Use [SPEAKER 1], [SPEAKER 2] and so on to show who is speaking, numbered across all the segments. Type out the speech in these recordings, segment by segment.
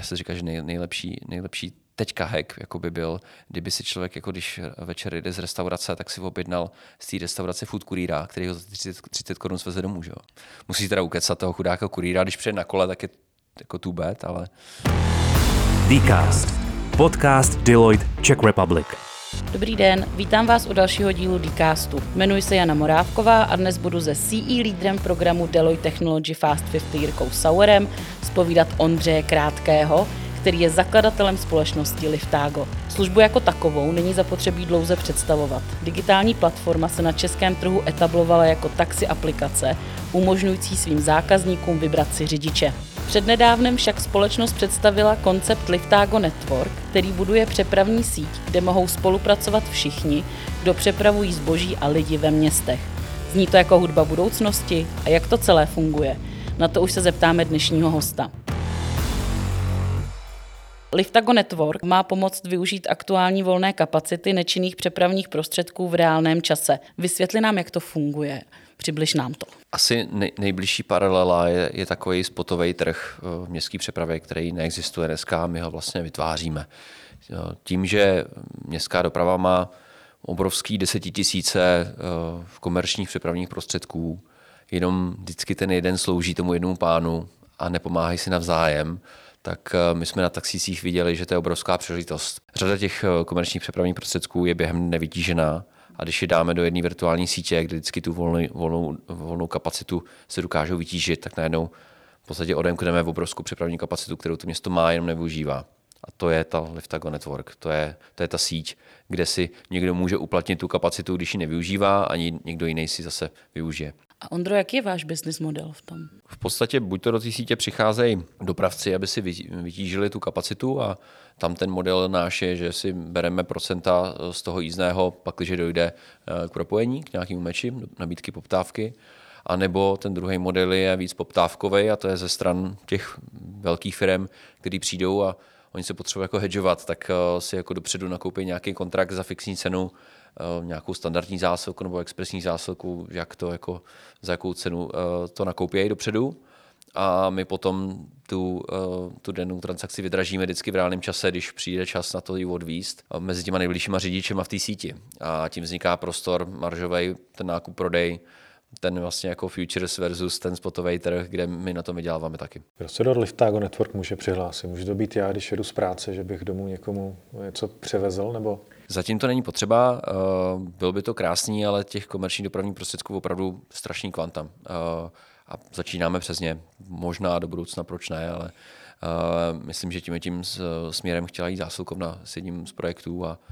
[SPEAKER 1] já si říkám, že nejlepší teďka hack jako by byl, kdyby si člověk, jako když večer jde z restaurace, tak si objednal z té restaurace food kurýra, který ho za 30 korun sveze domů. Že? Musí teda ukecat toho chudáka kurýra, když přijde na kole, tak je jako too bad, ale...
[SPEAKER 2] Dcast. Podcast Deloitte Czech Republic.
[SPEAKER 3] Dobrý den, vítám vás u dalšího dílu Dcastu. Jmenuji se Jana Morávková a dnes budu se CE lídrem programu Deloitte Technology Fast 50 Jirkou Sauerem zpovídat Ondřeje Krátkého, který je zakladatelem společnosti Liftago. Službu jako takovou není zapotřebí dlouze představovat. Digitální platforma se na českém trhu etablovala jako taxi aplikace, umožňující svým zákazníkům vybrat si řidiče. Přednedávnem však společnost představila koncept Liftago Network, který buduje přepravní síť, kde mohou spolupracovat všichni, kdo přepravují zboží a lidi ve městech. Zní to jako hudba budoucnosti? A jak to celé funguje? Na to už se zeptáme dnešního hosta. Liftago Network má pomoct využít aktuální volné kapacity nečinných přepravních prostředků v reálném čase. Vysvětli nám, jak to funguje. Přibliž nám to.
[SPEAKER 1] Asi nejbližší paralela je takový spotový trh v městské přepravě, který neexistuje dneska, my ho vlastně vytváříme. Tím, že městská doprava má obrovský desetitisíce komerčních přepravních prostředků, jenom vždycky ten jeden slouží tomu jednomu pánu a nepomáhají si navzájem, tak my jsme na taxících viděli, že to je obrovská příležitost. Řada těch komerčních přepravních prostředků je během nevytížená a když je dáme do jedné virtuální sítě, kde vždycky tu volnou kapacitu se dokážou vytížit, tak najednou v podstatě odemkneme v obrovskou přepravní kapacitu, kterou to město má, jenom nevyužívá. A to je ta Liftago Network, to je ta síť, kde si někdo může uplatnit tu kapacitu, když ji nevyužívá, ani někdo jiný si zase využije.
[SPEAKER 3] A Ondro, jaký je váš business model v tom?
[SPEAKER 1] V podstatě buď to do té sítě přicházejí dopravci, aby si vytížili tu kapacitu a tam ten model náš je, že si bereme procenta z toho jízdného, pakliže dojde k propojení, k nějakému meči, nabídky, poptávky. A nebo ten druhý model je víc poptávkový a to je ze stran těch velkých firm, který přijdou a oni se potřebují jako hedžovat, tak si jako dopředu nakoupí nějaký kontrakt za fixní cenu, nějakou standardní zásilku nebo expresní zásilku, jak to jako, za jakou cenu to nakoupí dopředu. A my potom tu dennou transakci vydražíme vždycky v reálném čase, když přijde čas na to ji odvízt mezi těma nejbližšíma řidičema v té síti. A tím vzniká prostor maržový, ten nákup, prodej, ten vlastně jako futures versus ten spotový trh, kde my na tom vyděláváme taky.
[SPEAKER 4] Kdo se do Liftago Network může přihlásit? Může to být já, když jedu z práce, že bych domů někomu něco převezl, nebo?
[SPEAKER 1] Zatím to není potřeba, bylo by to krásný, ale těch komerčních dopravních prostředků opravdu strašný kvantum. A začínáme přes ně. Možná do budoucna, proč ne, ale myslím, že tím směrem chtěla jít zásilkovna s jedním z projektů a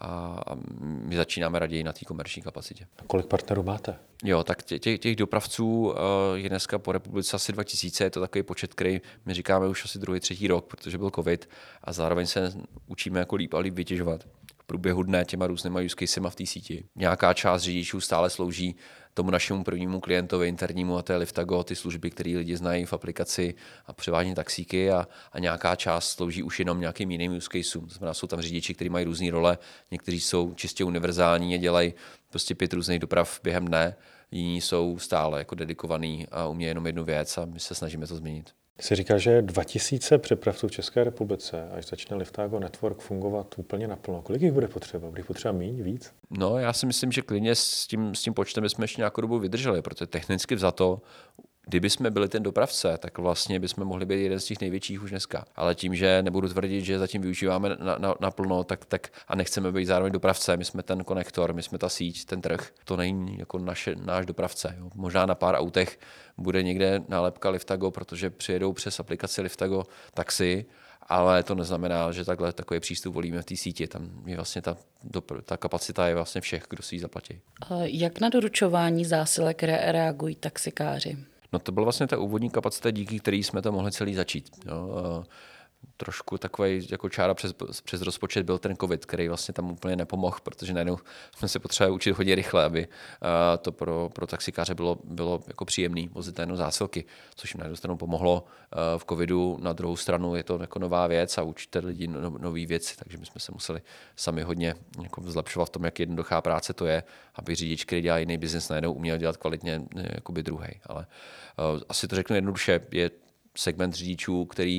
[SPEAKER 1] my začínáme raději na té komerční kapacitě.
[SPEAKER 4] A kolik partnerů máte?
[SPEAKER 1] Jo, tak těch dopravců je dneska po republice asi 2000, je to takový počet, který my říkáme už asi druhý, třetí rok, protože byl covid a zároveň se učíme jako líp a líp vytěžovat v průběhu dne těma různýma use casema v té síti. Nějaká část řidičů stále slouží tomu našemu prvnímu klientovi internímu a to je Liftago, ty služby, které lidi znají v aplikaci a převážně taxíky a nějaká část slouží už jenom nějakým jiným use caseům. To znamená, jsou tam řidiči, kteří mají různé role, někteří jsou čistě univerzální a dělají prostě 5 různých doprav během dne, jiní jsou stále jako dedikovaní a umějí jenom jednu věc a my se snažíme to změnit.
[SPEAKER 4] Jsi říkal, že 2000 přepravců v České republice, až začne Liftago Network fungovat úplně naplno. Kolik jich bude potřeba? Bude potřeba míň, víc?
[SPEAKER 1] No, já si myslím, že klidně s tím počtem jsme ještě nějakou dobu vydrželi, protože technicky vzato, kdyby jsme byli ten dopravce, tak vlastně bychom mohli být jeden z těch největších už dneska. Ale tím, že nebudu tvrdit, že zatím využíváme naplno, tak a nechceme být zároveň dopravce, my jsme ten konektor, my jsme ta síť, ten trh. To není jako náš dopravce. Jo. Možná na pár autech bude někde nálepka Liftago, protože přijedou přes aplikaci Liftago taxi, ale to neznamená, že takový přístup volíme v té síti. Tam je vlastně ta kapacita je vlastně všech, kdo si ji zaplatí.
[SPEAKER 3] Jak na doručování zásilek reagují taxikáři?
[SPEAKER 1] No to byla vlastně ta úvodní kapacita, díky který jsme to mohli celý začít. Jo. Trošku takový jako čára přes rozpočet byl ten covid, který vlastně tam úplně nepomohl, protože najednou jsme se potřebovali učit hodně rychle, aby to pro taxikáře bylo jako příjemný vozit najednou zásilky, což jim na jednu stranu pomohlo v covidu, na druhou stranu je to jako nová věc a učíte lidi nový věci, takže my jsme se museli sami hodně jako zlepšovat v tom, jak jednoduchá práce to je, aby řidič, který dělá jiný biznes, najednou uměl dělat kvalitně jakoby druhej. Ale asi to řeknu jednoduše, je segment řidičů, který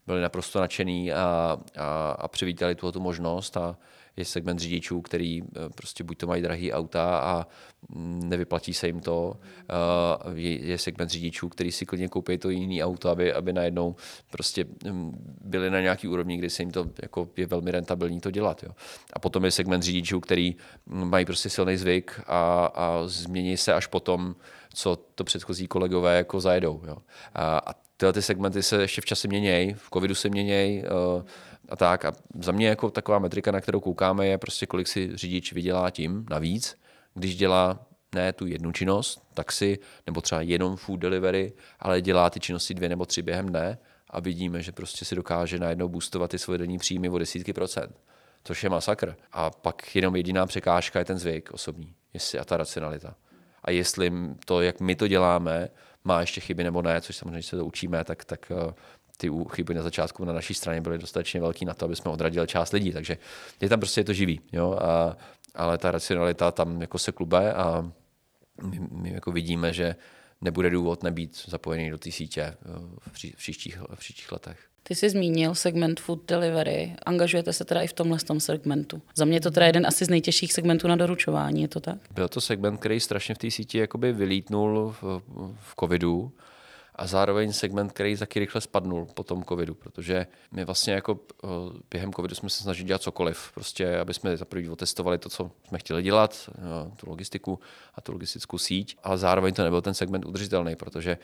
[SPEAKER 1] byli naprosto nadšený a přivítali tu možnost. A je segment řidičů, který prostě buď to mají drahý auta a nevyplatí se jim to. Je segment řidičů, který si klidně koupí to jiný auto, aby najednou prostě byli na nějaký úrovni, kdy se jim to jako je velmi rentabilní to dělat. Jo. A potom je segment řidičů, který mají prostě silný zvyk a změní se až potom, co to předchozí kolegové jako zajedou. Jo. A tyhle ty segmenty se ještě v čase měnějí, v covidu se měnějí a tak. A za mě jako taková metrika, na kterou koukáme, je prostě kolik si řidič vydělá tím navíc, když dělá ne tu jednu činnost, taxi, nebo třeba jenom food delivery, ale dělá ty činnosti 2 nebo 3 během dne a vidíme, že prostě si dokáže najednou boostovat ty svoje denní příjmy o desítky procent, což je masakr. A pak jenom jediná překážka je ten zvyk osobní, a ta racionalita. A jestli to, jak my to děláme, má ještě chyby nebo ne, což samozřejmě, když se to učíme, tak ty chyby na začátku na naší straně byly dostatečně velký na to, aby jsme odradili část lidí. Takže je tam prostě to živý. Jo? Ale ta racionalita tam jako se klube a my jako vidíme, že nebude důvod nebýt zapojený do té sítě v příštích letech.
[SPEAKER 3] Ty jsi zmínil segment food delivery. Angažujete se teda i v tomhle segmentu. Za mě je to teda jeden asi z nejtěžších segmentů na doručování, je to tak?
[SPEAKER 1] Byl to segment, který strašně v té síti jakoby vylítnul v covidu a zároveň segment, který taky rychle spadnul po tom covidu, protože my vlastně jako během covidu jsme se snažili dělat cokoliv, prostě aby jsme zaprvé otestovali to, co jsme chtěli dělat, tu logistiku a tu logistickou síť, ale zároveň to nebyl ten segment udržitelný, protože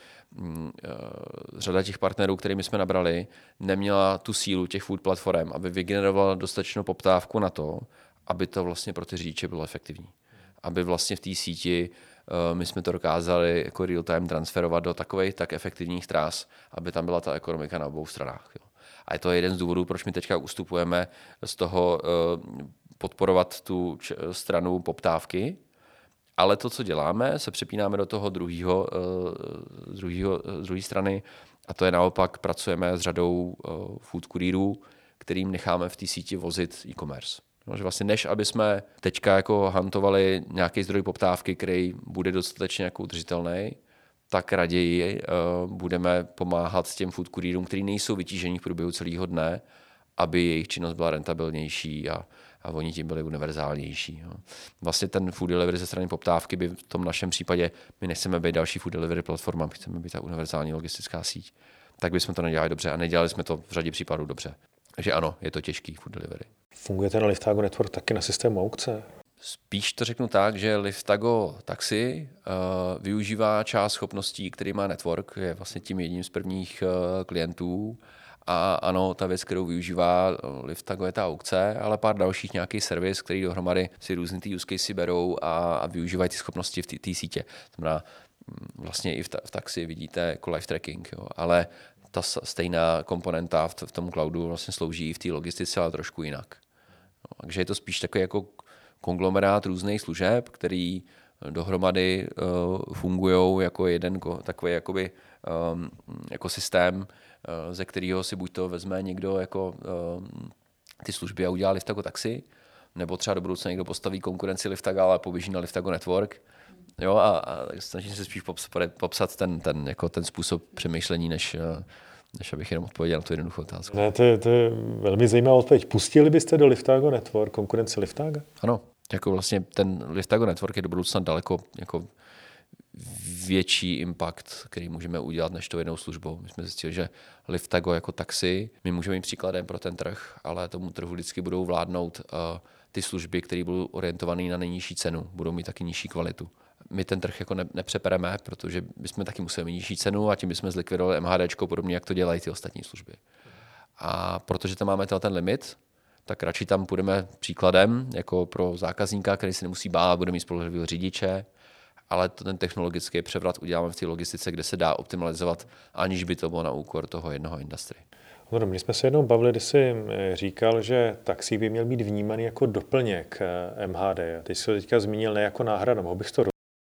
[SPEAKER 1] řada těch partnerů, kterými jsme nabrali, neměla tu sílu těch food platform, aby vygenerovala dostatečnou poptávku na to, aby to vlastně pro ty řidiče bylo efektivní. Aby vlastně v té síti my jsme to dokázali jako real time transferovat do takových tak efektivních tras, aby tam byla ta ekonomika na obou stranách. Jo. A je to jeden z důvodů, proč my teďka ustupujeme z toho podporovat tu stranu poptávky, ale to, co děláme, se přepínáme do toho druhé strany a to je naopak pracujeme s řadou food kurýrů, kterým necháme v té síti vozit e-commerce. No, že vlastně než aby jsme teďka jako hantovali nějaký zdroj poptávky, který bude dostatečně jako udržitelný, tak raději budeme pomáhat těm food kurýrům, kteří nejsou vytížení v průběhu celého dne, aby jejich činnost byla rentabilnější a oni tím byli univerzálnější. Jo. Vlastně ten food delivery ze strany poptávky by v tom našem případě, my nechceme být další food delivery platforma, my chceme být ta univerzální logistická síť, tak bychom to nedělali dobře a nedělali jsme to v řadě případů dobře. Takže ano, je to těžký food delivery.
[SPEAKER 4] Fungujete na Liftago Network taky na systému aukce?
[SPEAKER 1] Spíš to řeknu tak, že Liftago Taxi využívá část schopností, který má Network, je vlastně tím jedním z prvních klientů. A ano, ta věc, kterou využívá Liftago, je ta aukce, ale pár dalších nějaký servis, který dohromady si různý ty use case berou a využívají ty schopnosti v té sítě. Znamená, vlastně i v taxi vidíte jako live tracking, jo, ale ta stejná komponenta v tom cloudu vlastně slouží i v té logistice, ale trošku jinak. No, takže je to spíš takový jako konglomerát různých služeb, který dohromady fungují jako jeden takový jakoby, ekosystém, ze kterého si buď to vezme někdo jako ty služby a udělá Liftago Taxi, nebo třeba do budoucna někdo postaví konkurenci Liftago, ale poběží na Liftago Network. Jo, a snažím se spíš popsat ten způsob přemýšlení, než abych jenom odpověděl na tu jednoduchou otázku.
[SPEAKER 4] Ne, to je velmi zajímavá odpověď. Pustili byste do Liftago Network konkurenci Liftago?
[SPEAKER 1] Ano, jako vlastně ten Liftago Network je do budoucna daleko jako větší impact, který můžeme udělat než to jednou službou. My jsme zjistili, že Liftago jako taxi, my můžeme být příkladem pro ten trh, ale tomu trhu vždycky budou vládnout ty služby, které budou orientované na nejnižší cenu, budou mít taky nižší kvalitu. My ten trh jako nepřepereme, protože bychom taky museli mít nižší cenu a tím bychom zlikvidovali MHDčko, podobně jak to dělají ty ostatní služby. A protože tam máme ten limit, tak radši tam půjdeme příkladem jako pro zákazníka, který se nemusí bát, bude mít spolehlivého řidiče, ale ten technologický převrat uděláme v té logistice, kde se dá optimalizovat, aniž by to bylo na úkor toho jednoho industry.
[SPEAKER 4] No, my jsme se jednou bavili, když jsi říkal, že taxík by měl být vnímaný jako doplněk MHD. A ty jsi ho teďka zmínil ne jako náhrada. Mohl bych to...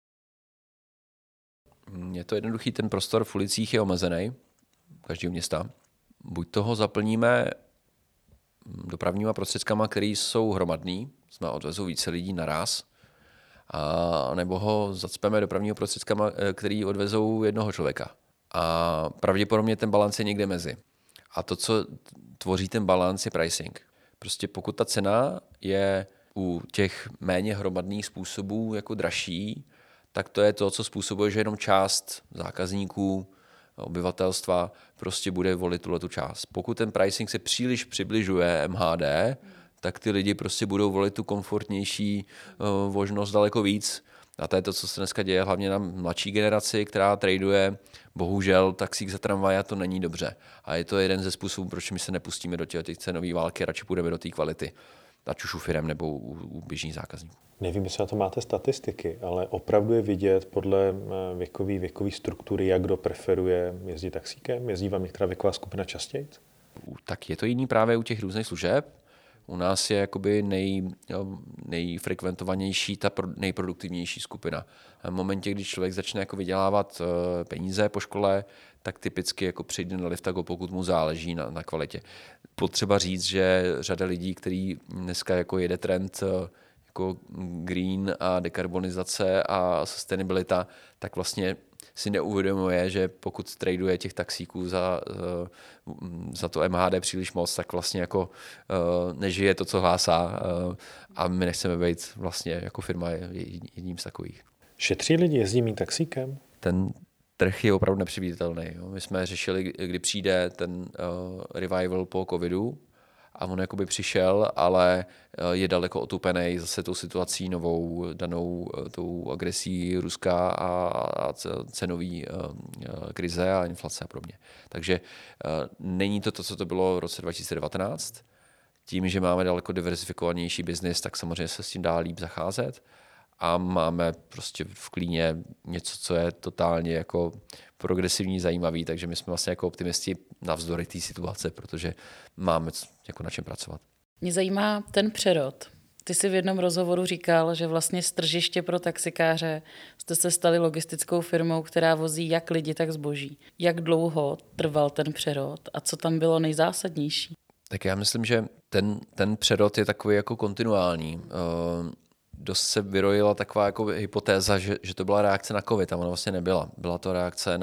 [SPEAKER 1] Je to jednoduchý, ten prostor v ulicích je omezený, každého města. Buď toho zaplníme dopravníma prostředkama, které jsou hromadný, jsme odvezou více lidí naraz, a nebo ho zacpeme dopravního prostředkama, který odvezou jednoho člověka. A pravděpodobně ten balans je někde mezi. A to, co tvoří ten balans, je pricing. Prostě pokud ta cena je u těch méně hromadných způsobů jako dražší, tak to je to, co způsobuje, že jenom část zákazníků, obyvatelstva prostě bude volit tuhletu část. Pokud ten pricing se příliš přibližuje MHD, tak ty lidi prostě budou volit tu komfortnější možnost daleko víc. A to je to, co se dneska děje hlavně na mladší generaci, která traduje. Bohužel taxík za tramvaj a to není dobře. A je to jeden ze způsobů, proč my se nepustíme do těch cenové války, radši půjdeme do té kvality. Ať už u firem nebo u běžných zákazníků.
[SPEAKER 4] Nevím, jestli na to máte statistiky, ale opravdu je vidět podle věkové struktury, jak kdo preferuje jezdit taxíkem. Jezdí vám některá věková skupina častěji?
[SPEAKER 1] Tak je to jiný právě u těch různých služeb. U nás je jakoby nejfrekventovanější ta nejproduktivnější skupina. V momentě, kdy člověk začne jako vydělávat peníze po škole, tak typicky jako přijde na Liftago, pokud mu záleží na kvalitě. Potřeba říct, že řada lidí, který dneska jako jede trend jako green a dekarbonizace a sustainabilita, tak vlastně si neuvědomuje, že pokud traduje těch taxíků za to MHD příliš moc, tak vlastně jako nežije to, co hlásá, a my nechceme být vlastně jako firma jedním z takových.
[SPEAKER 4] Šetří lidi jezdí mým taxíkem?
[SPEAKER 1] Ten trh je opravdu nepředvídatelný. My jsme řešili, kdy přijde ten revival po covidu, a on jakoby přišel, ale je daleko otupený zase tou situací novou, danou tou agresí Ruska a cenový krize a inflace a podobně. Takže není to, co to bylo v roce 2019. Tím, že máme daleko diversifikovanější biznis, tak samozřejmě se s tím dá líp zacházet. A máme prostě v klíně něco, co je totálně jako progresivní, zajímavý, takže my jsme vlastně jako optimisti navzdory té situace, protože máme jako na čem pracovat.
[SPEAKER 3] Mě zajímá ten přerod. Ty jsi v jednom rozhovoru říkal, že vlastně z tržiště pro taxikáře jste se stali logistickou firmou, která vozí jak lidi, tak zboží. Jak dlouho trval ten přerod a co tam bylo nejzásadnější?
[SPEAKER 1] Tak já myslím, že ten přerod je takový jako kontinuální. Dost se vyrojila taková jako hypotéza, že to byla reakce na covid, a ona vlastně nebyla. Byla to reakce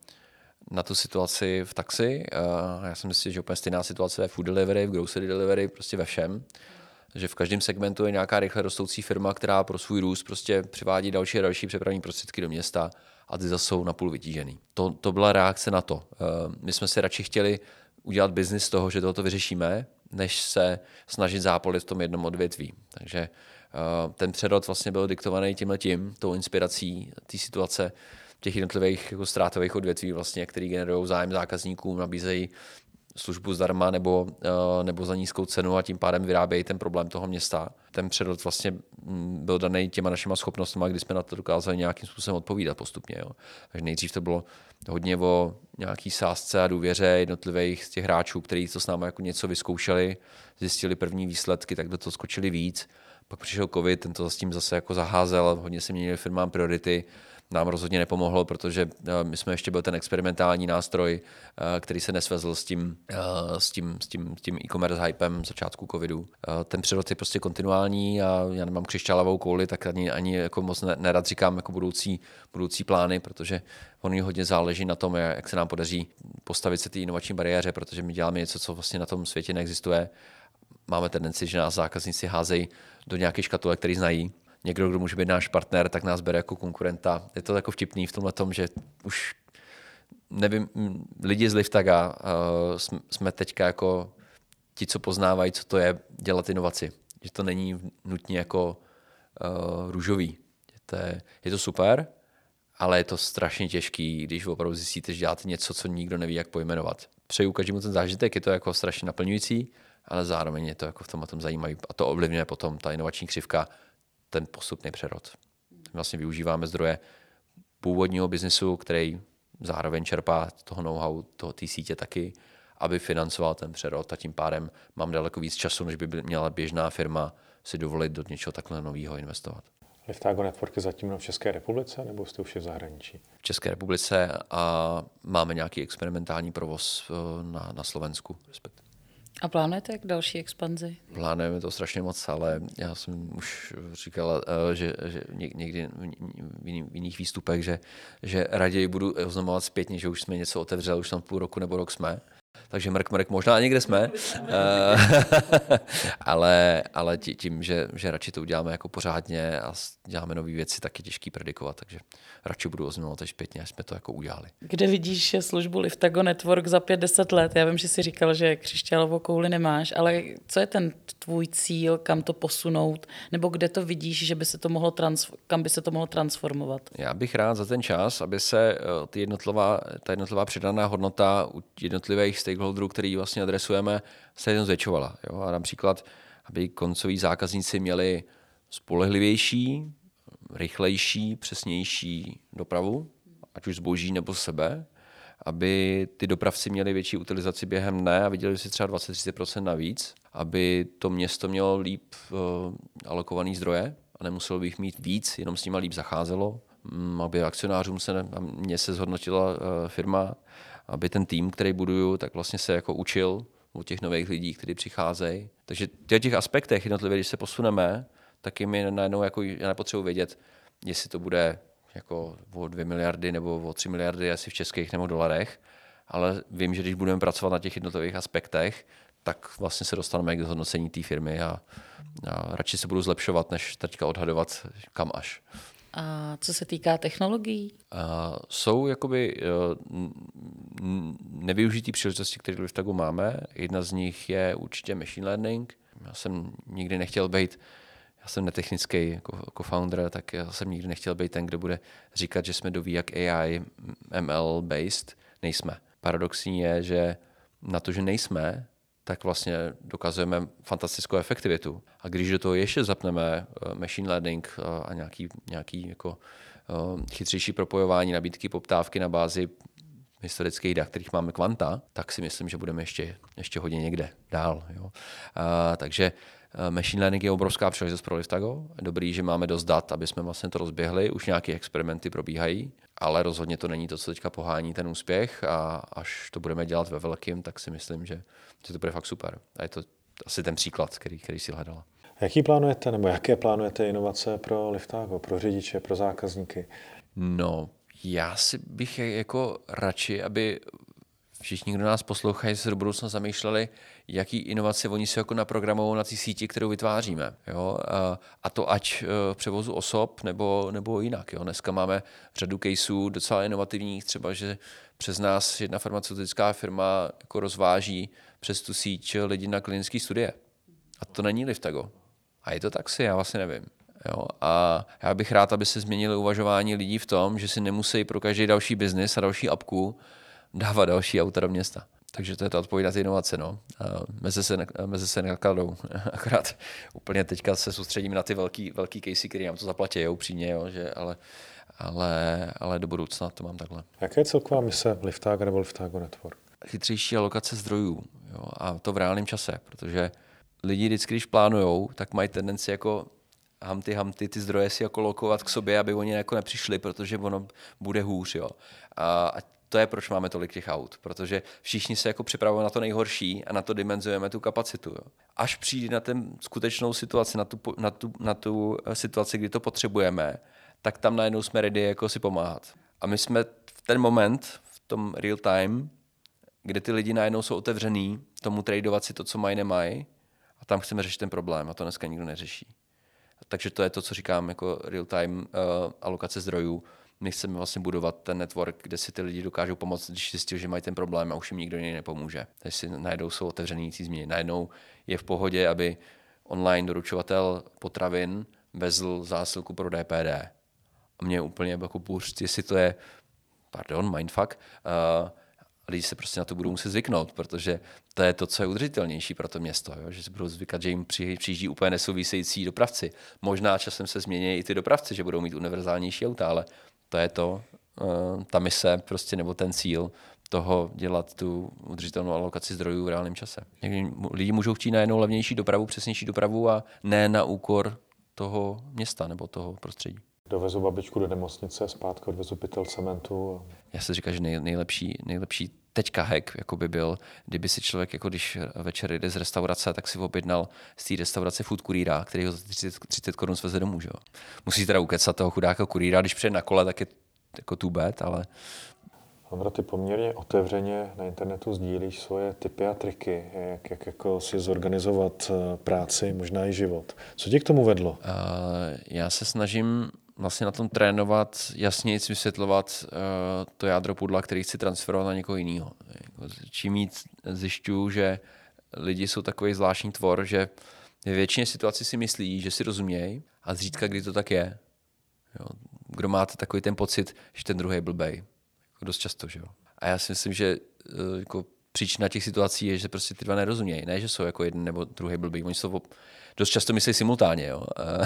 [SPEAKER 1] na tu situaci v taxi. Já si myslím, že úplně stejná situace ve food delivery, v grocery delivery, prostě ve všem. Že v každém segmentu je nějaká rychle rostoucí firma, která pro svůj růst prostě přivádí další a další přepravní prostředky do města a ty zase jsou napůl vytížený. To byla reakce na to. My jsme si radši chtěli udělat biznis z toho, že toto vyřešíme, než se snažit zápolit v tom jednom odvětví. Takže ten přerod vlastně byl diktovaný tímhletím, tou inspirací té situace těch jednotlivých jako ztrátových odvětví, vlastně, který generují zájem zákazníků, nabízejí službu zdarma nebo za nízkou cenu a tím pádem vyrábějí ten problém toho města. Ten přerod vlastně byl daný těma našima schopnostmi, kdy jsme na to dokázali nějakým způsobem odpovídat postupně. Jo. Takže nejdřív to bylo hodně o nějaký sázce a důvěře jednotlivých z těch hráčů, kteří to s námi jako něco vyzkoušeli, zjistili první výsledky, tak do toho skočili víc. Pak přišel covid, ten to s tím zase jako zaházel, hodně se měnili firmám priority. Nám rozhodně nepomohlo, protože my jsme ještě byl ten experimentální nástroj, který se nesvezl s tím e-commerce hypem začátku covidu. Ten přerod je prostě kontinuální a já nemám křišťálovou kouli, tak ani jako moc nerad říkám jako budoucí plány, protože ono hodně záleží na tom, jak se nám podaří postavit se té inovační bariéře, protože my děláme něco, co vlastně na tom světě neexistuje. Máme tendenci, že nás zákazníci házejí do nějaké škatule, který znají. Někdo, kdo může být náš partner, tak nás bere jako konkurenta. Je to jako vtipný v tomhle tom, že už nevím, lidi z Liftaga jsme teďka jako ti, co poznávají, co to je dělat inovaci. Že to není nutně jako růžový. Je to super, ale je to strašně těžký, když opravdu zjistíte, že děláte něco, co nikdo neví, jak pojmenovat. Přeju každému ten zážitek, je to jako strašně naplňující, ale zároveň je to jako v tom zajímavý a to ovlivňuje potom ta inovační křivka, ten postupný přerod. Vlastně využíváme zdroje původního biznesu, který zároveň čerpá toho know-how, té sítě taky, aby financoval ten přerod a tím pádem mám daleko víc času, než by měla běžná firma si dovolit do něčeho takhle nového investovat.
[SPEAKER 4] Liftago Network je zatím v České republice nebo jste už v zahraničí?
[SPEAKER 1] V České republice a máme nějaký experimentální provoz na Slovensku.
[SPEAKER 3] A plánujete jak další expanzi?
[SPEAKER 1] Plánujeme to strašně moc, ale já jsem už říkal, že někdy v jiných výstupech, že raději budu oznamovat zpětně, že už jsme něco otevřeli, už tam půl roku nebo rok jsme. takže mrk, možná někde jsme. ale tím, že radši to uděláme jako pořádně a děláme nové věci, tak je těžký predikovat, takže radši budu oznamovat až zpětně, až jsme to jako udělali.
[SPEAKER 3] Kde vidíš službu Liftago Network za 5-10 let? Já vím, že jsi říkal, že křišťálovou kouli nemáš, ale co je ten tvůj cíl, kam to posunout, nebo kde to vidíš, že by se to mohlo kam by se to mohlo transformovat?
[SPEAKER 1] Já bych rád za ten čas, aby se ta jednotlivá přidaná hodnota u jednotlivých stakeholderů, který vlastně adresujeme, se jenom zvětšovala. Jo? A například, aby koncoví zákazníci měli spolehlivější, rychlejší, přesnější dopravu, ať už zboží nebo sebe, aby ty dopravci měli větší utilizaci během dne a viděli si třeba 20-30% navíc, aby to město mělo líp alokovaný zdroje a nemuselo bych mít víc, jenom s nima líp zacházelo, aby akcionářům mě se zhodnotila firma, aby ten tým, který buduju, tak vlastně se jako učil od těch nových lidí, kteří přicházejí. Takže v těch aspektech jednotlivě, když se posuneme, tak jim je najednou jako, já nepotřebuji vědět, jestli to bude jako o 2 miliardy nebo o 3 miliardy asi v českých nebo dolarech, ale vím, že když budeme pracovat na těch jednotlivých aspektech, tak vlastně se dostaneme k zhodnocení té firmy a radši se budu zlepšovat, než teďka odhadovat kam až.
[SPEAKER 3] A co se týká technologií?
[SPEAKER 1] Jsou jakoby nevyužitý příležitosti, které v Liftagu máme. Jedna z nich je určitě machine learning. Já jsem nikdy nechtěl být, já jsem netechnický jako founder, tak já jsem nikdy nechtěl být ten, kdo bude říkat, že jsme doví jak AI, ML based. Nejsme. Paradoxní je, že na to, že nejsme, tak vlastně dokazujeme fantastickou efektivitu. A když do toho ještě zapneme machine learning a nějaký jako chytřejší propojování nabídky, poptávky na bázi historických dat, kterých máme kvanta, tak si myslím, že budeme ještě hodně někde dál. Jo. Takže machine learning je obrovská příležitost pro Liftago. Dobrý, že máme dost dat, aby jsme vlastně to rozběhli. Už nějaké experimenty probíhají, ale rozhodně to není to, co teďka pohání ten úspěch a až to budeme dělat ve velkým, tak si myslím, že to bude fakt super. A je to asi ten příklad, který si hledala.
[SPEAKER 4] Jaké plánujete inovace pro Liftago, pro řidiče, pro zákazníky?
[SPEAKER 1] No, já si bych jako radši, aby všichni, kdo nás poslouchají, se do budoucna zamýšleli, jaký inovace oni si jako naprogramují na té síti, kterou vytváříme. Jo? A to ať v převozu osob nebo jinak. Jo? Dneska máme řadu caseů docela inovativních, třeba, že přes nás jedna farmaceutická firma jako rozváží přes tu síť lidi na klinické studie. A to není Liftago. A je to taxi, já vlastně nevím. Jo? A já bych rád, aby se změnilo uvažování lidí v tom, že si nemusí pro každý další biznis a další apku dávat další auta do města. Takže to je ta odpověď na ty inovace. No. Mezi se nakladou. Akorát úplně teďka se soustředíme na ty velký casey, který nám to zaplatí, upřímně, jo, že, ale do budoucna to mám takhle.
[SPEAKER 4] Jaká je celková mise Liftago nebo Liftago Network?
[SPEAKER 1] Chytřejší alokace zdrojů, jo, a to v reálném čase, protože lidi vždycky, když plánujou, tak mají tendenci jako hamty ty zdroje si jako lokovat k sobě, aby oni jako nepřišli, protože ono bude hůř. Jo. A to je, proč máme tolik těch aut, protože všichni se jako připravují na to nejhorší a na to dimenzujeme tu kapacitu. Jo. Až přijde na ten skutečnou situaci, na tu situaci, kdy to potřebujeme, tak tam najednou jsme ready jako si pomáhat. A my jsme v ten moment, v tom real time, kde ty lidi najednou jsou otevřený tomu tradovat si to, co mají, nemají, a tam chceme řešit ten problém a to dneska nikdo neřeší. Takže to je to, co říkám jako real time alokace zdrojů. My chceme vlastně budovat ten network, kde si ty lidi dokážou pomoct, když zjistil, že mají ten problém a už jim nikdo jiný nepomůže. Takže si najednou jsou otevřený ty změny. Najednou je v pohodě, aby online doručovatel potravin vezl zásilku pro DPD. A mě úplně jako bůř, jestli to je, mindfuck, lidi se prostě na to budou muset zvyknout, protože to je to, co je udržitelnější pro to město, jo? Že se budou zvykat, že jim přijíždí úplně nesouvisející dopravci. Možná časem se změní i ty dopravci, že budou mít univerzálnější auta, ale to je to, ta mise prostě, nebo ten cíl toho dělat tu udržitelnou alokaci zdrojů v reálném čase. Lidi můžou chtít najednou levnější dopravu, přesnější dopravu a ne na úkor toho města nebo toho prostředí.
[SPEAKER 4] Dovezu babičku do nemocnice, zpátky odvezu pytel cementu.
[SPEAKER 1] Já se říkám, že nejlepší teďka hack jako by byl, kdyby si člověk, jako když večer jde z restaurace, tak si objednal z té restaurace food kurýra, který ho za 30 korun sveze domů. Že? Musí teda ukecat toho chudáka kurýra, když přijde na kole, tak je jako too bad, ale...
[SPEAKER 4] Ondro, ty poměrně otevřeně na internetu sdílíš svoje tipy a triky, jak jako si zorganizovat práci, možná i život. Co tě k tomu vedlo?
[SPEAKER 1] Já se snažím vlastně na tom trénovat, jasněji vysvětlovat to jádro pudla, který chci transferovat na někoho jiného. Čím víc zjišťuju, že lidi jsou takový zvláštní tvor, že ve většině situací si myslí, že si rozumějí a zřídka, kdy to tak je. Jo. Kdo máte takový ten pocit, že ten druhý je blbej. Jako dost často, že jo. A já si myslím, že jako příčina těch situací je, že prostě ty dva nerozumějí. Ne, že jsou jako jeden nebo druhý blbý. Oni jsou dost často myslí simultánně. Jo.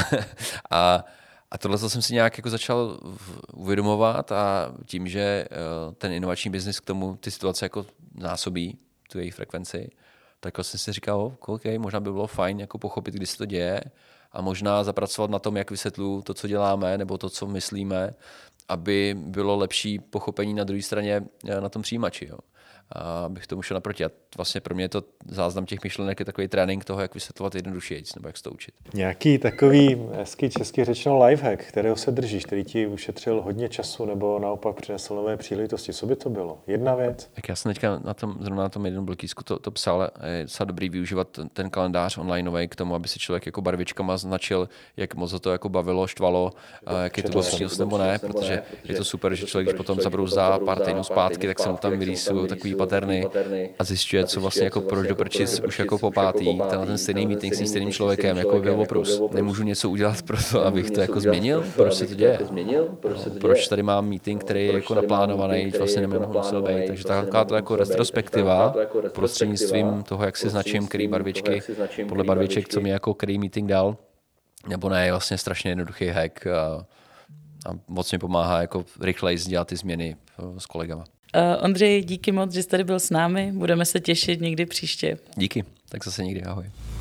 [SPEAKER 1] A tohle jsem si nějak jako začal uvědomovat a tím, že ten inovační biznis k tomu ty situace jako násobí, tu jejich frekvenci, tak jsem si říkal, OK, možná by bylo fajn jako pochopit, kdy se to děje a možná zapracovat na tom, jak vysvětluju to, co děláme, nebo to, co myslíme, aby bylo lepší pochopení na druhé straně na tom přijímači. Jo. A abych tomu šel naproti. A vlastně pro mě je to záznam těch myšlenek je takový trénink toho, jak vysvětlovat jednodušejíc, nebo jak se to učit.
[SPEAKER 4] Nějaký takový hezký česky řečeno lifehack, kterého se držíš, který ti ušetřil hodně času nebo naopak přinesl nové příležitosti. Co by to bylo? Jedna věc?
[SPEAKER 1] Tak já jsem teďka zrovna na tom jednom blogísku to psal. Je docela dobrý využívat ten kalendář onlineový k tomu, aby si člověk jako barvičkama značil, jak moc to jako bavilo, štvalo, jak je to přínos nebo ne, protože je to super, že člověk, když potom zabrouzdá pár týdnů zpátky, tak se mu tam vyrýsují takový paterny a zjišťuje, co vlastně jako proč do prčis už jako po pátý, ten stejný meeting s tím stejným člověkem, jako byl oprus. Nemůžu něco udělat pro to, abych to jako změnil? Proč se to děje? Proč tady mám meeting, který je jako naplánovaný, vlastně nemusel být. Takže taková to jako retrospektiva prostřednictvím toho, jak si značím, který barvičky, podle barviček, co mi jako který meeting dal, nebo ne, je vlastně strašně jednoduchý hack a moc mi pomáhá jako rychleji dělat ty změny s kolegama.
[SPEAKER 3] Ondřej, díky moc, že jsi tady byl s námi. Budeme se těšit někdy příště.
[SPEAKER 1] Díky, tak zase někdy, ahoj.